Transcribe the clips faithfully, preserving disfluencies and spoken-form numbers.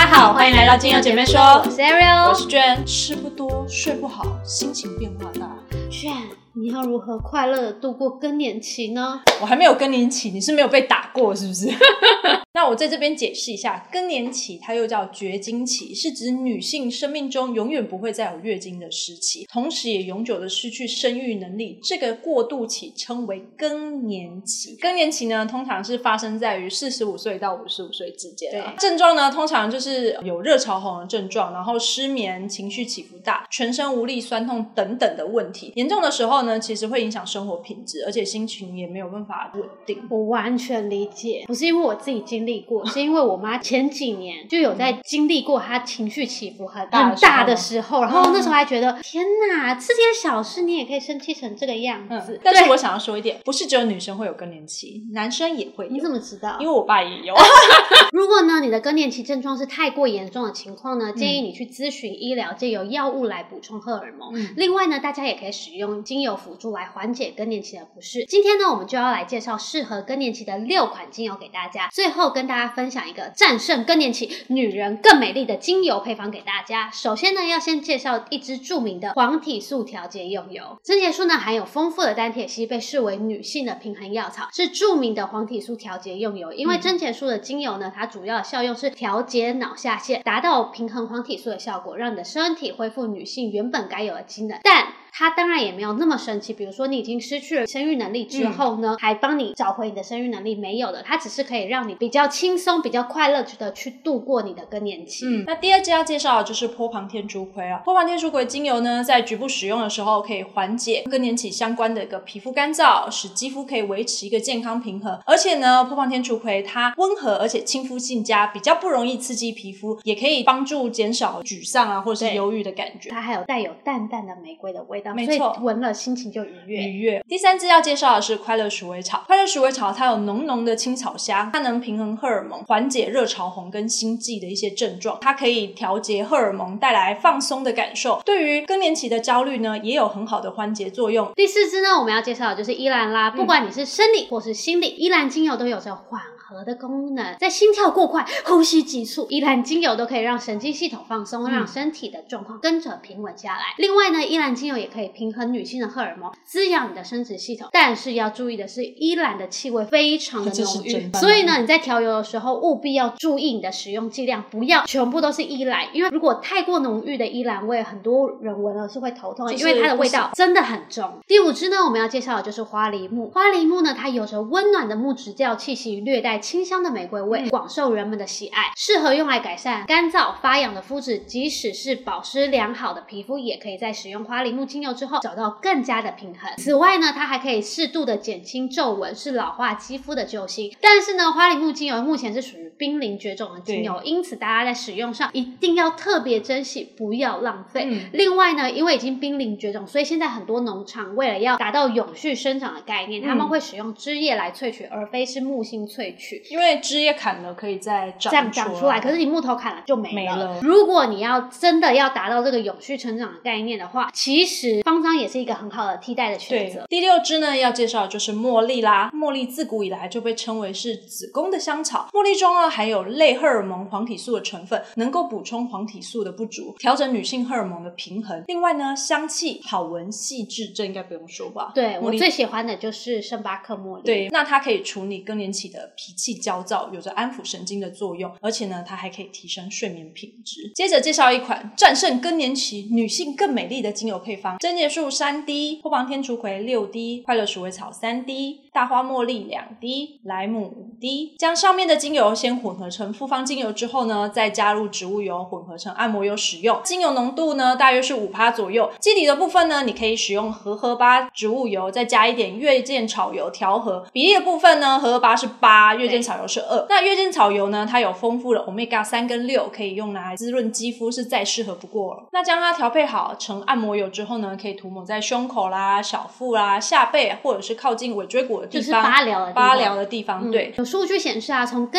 家好，欢迎来到精油姐妹说， 我是 Ariel， 我是娟。吃不多，睡不好，心情变化大。 娟，你要如何快乐的度过更年期呢？ 我还没有更年期，你是没有被打过是不是？那我在这边解释一下，更年期它又叫绝经期，是指女性生命中永远不会再有月经的时期，同时也永久的失去生育能力，这个过渡期称为更年期。更年期呢，通常是发生在于四十五岁到五十五岁之间、啊、症状呢通常就是有热潮红的症状，然后失眠、情绪起伏大、全身无力、酸痛等等的问题。严重的时候呢，其实会影响生活品质，而且心情也没有办法稳定。 我完全理解，不是因为我自己经历过，是因为我妈前几年就有在经历过她情绪起伏很很大的时候，然后那时候还觉得、嗯、天哪，这件小事你也可以生气成这个样子、 嗯、但是我想要说一点，不是只有女生会有更年期，男生也会有。 你怎么知道？ 因为我爸也有。 如果呢你的更年期症状是太过严重的情况呢，建议你去咨询医疗，藉由药物来补充荷尔蒙、嗯、另外呢大家也可以使用精油辅助来缓解更年期的不适。今天呢我们就要来介绍适合更年期的六款精油给大家，最后跟大家分享一个战胜更年期女人更美丽的精油配方给大家。首先呢要先介绍一支著名的黄体素调节用油。真茄树呢含有丰富的单萜烯，被视为女性的平衡药草，是著名的黄体素调节用油。因为真茄树的精油呢，它主要的效用是调节脑下腺，达到平衡黄体素的效果，让你的身体恢复女性原本该有的机能。但它当然也没有那么神奇，比如说你已经失去了生育能力之后呢、嗯、还帮你找回你的生育能力，没有的，它只是可以让你比较轻松比较快乐的去度过你的更年期。 嗯，那第二支要介绍的就是波旁天竺葵啊。波旁天竺葵精油呢，在局部使用的时候可以缓解更年期相关的一个皮肤干燥，使肌肤可以维持一个健康平衡。而且呢，波旁天竺葵它温和而且亲肤性佳，比较不容易刺激皮肤，也可以帮助减少沮丧啊或者是忧郁的感觉。 它还有带有淡淡的玫瑰的味道， 没错， 所以闻了心情就愉悦愉悦。第三支要介绍的是快乐鼠尾草。快乐鼠尾草它有浓浓的青草香，它能平衡荷尔蒙，缓解热潮红跟心悸的一些症状，它可以调节荷尔蒙，带来放松的感受，对于更年期的焦虑呢也有很好的缓解作用。 第四支呢我们要介绍的就是依兰啦、嗯、不管你是生理或是心理，依兰精油都有着缓和的功能，在心跳过快、呼吸急促，依兰精油都可以让神经系统放松、嗯、让身体的状况跟着平稳下来。另外呢，依兰精油也可以平衡女性的荷尔蒙，滋养你的生殖系统。但是要注意的是，依兰的气味非常的浓郁，所以呢你在调油的时候务必要注意你的使用剂量，不要全部都是依兰，因为如果太过浓郁的依兰味，很多人闻了是会头痛的、就是、因为它的味道真的很重。第五支呢我们要介绍的就是花梨木。花梨木呢它有着温暖的木质调气息，略带清香的玫瑰味，广受人们的喜爱，适合用来改善干燥发痒的肤质，即使是保湿良好的皮肤也可以在使用花梨木精油之后找到更加的平衡。此外呢它还可以适度的减轻皱纹，是老化肌肤的救星。但是呢花梨木精油目前是属于濒临绝种的精油，因此大家在使用上一定要特别珍惜，不要浪费、嗯、另外呢因为已经濒临绝种，所以现在很多农场为了要达到永续生长的概念、嗯、他们会使用枝叶来萃取，而非是木性萃取， 因为枝叶砍了可以再长这样长出来，可是你木头砍了就没了, 没了。 如果你要真的要达到这个永续成长的概念的话，其实芳樟也是一个很好的替代的选择。 第六支呢要介绍的就是茉莉啦。茉莉自古以来就被称为是子宫的香草，茉莉中呢含有类荷尔蒙黄体素的成分，能够补充黄体素的不足，调整女性荷尔蒙的平衡。另外呢香气好闻细致，这应该不用说吧。 对，我最喜欢的就是圣巴克茉莉。 对，那它可以处理更年期的脾气焦躁，有着安抚神经的作用，而且呢它还可以提升睡眠品质。接着介绍一款战胜更年期女性更美丽的精油配方。真茄树三滴，波旁天竺葵六滴，快乐鼠尾草三滴，大花茉莉两滴，莱姆五滴。将上面的精油先混合成复方精油之后呢，再加入植物油混合成按摩油使用。精油浓度呢大约是 百分之五 左右。基底的部分呢你可以使用荷荷巴植物油，再加一点月见草油调和。比例的部分呢，荷荷巴是八，月见草油是二。那月见草油呢它有丰富的 欧米伽三 跟六，可以用来滋润肌肤，是再适合不过了。那将它调配好成按摩油之后呢，可以涂抹在胸口啦、小腹啦、下背，或者是靠近尾椎骨的地方， 就是八髎的地方八髎的地方、嗯、对。 有数据显示啊，从更年期症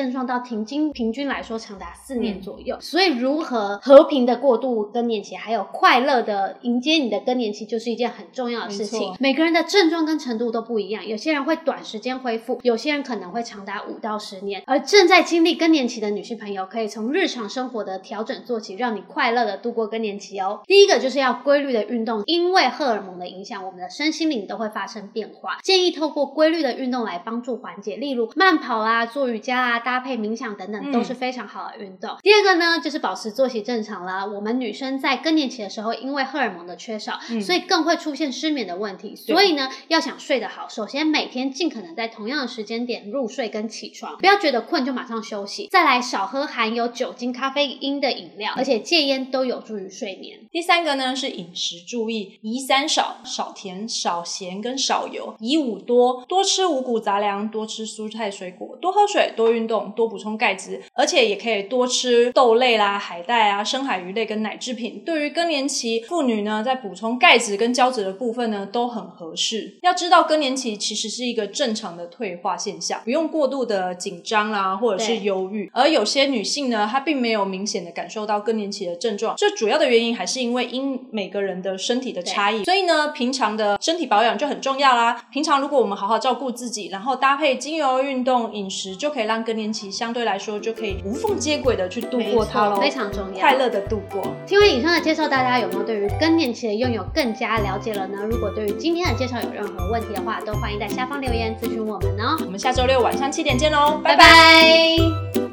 症状到停经平均来说长达四年左右、嗯、所以如何和平的过渡更年期还有快乐的迎接你的更年期就是一件很重要的事情。每个人的症状跟程度都不一样，有些人会短时间恢复，有些人可能会长达五到十年。而正在经历更年期的女性朋友可以从日常生活的调整做起，让你快乐的度过更年期哦。第一个就是要规律的运动，因为荷尔蒙的影响，我们的身心灵都会发生变化，建议透过规律的运动来帮助缓解，例如慢跑啊、做瑜伽啊、搭配冥想等等、嗯、都是非常好的运动。第二个呢就是保持作息正常啦。我们女生在更年期的时候因为荷尔蒙的缺少、嗯、所以更会出现失眠的问题，所以呢要想睡得好，首先每天尽可能在同样的时间点入睡跟起床，不要觉得困就马上休息。再来少喝含有酒精、咖啡因的饮料，而且戒烟都有助于睡眠。 第三个呢是饮食注意，宜三少，少甜、少咸跟少油，宜五多，多吃五谷杂粮，多吃蔬菜水果，多喝水，多运动，多补充钙质，而且也可以多吃豆类啦、海带啊、深海鱼类跟奶制品。对于更年期妇女呢，在补充钙质跟胶质的部分呢都很合适。要知道更年期其实是一个正常的退化现象，不用过度的紧张啦或者是忧郁。而有些女性呢她并没有明显的感受到更年期的症状，这主要的原因还是因为因每个人的身体的差异，所以呢平常的身体保养就很重要啦。平常如果我们好好照顾自己，然后搭配精油、运动、饮食，就可以让更年期相对来说就可以无缝接轨的去度过它咯， 非常重要， 快乐的度过。 听完以上的介绍，大家有没有对于更年期的拥有更加了解了呢？如果对于今天的介绍有任何问题的话，都欢迎在下方留言咨询我们哦。 我们下周六晚上七点见咯，拜拜。 拜拜。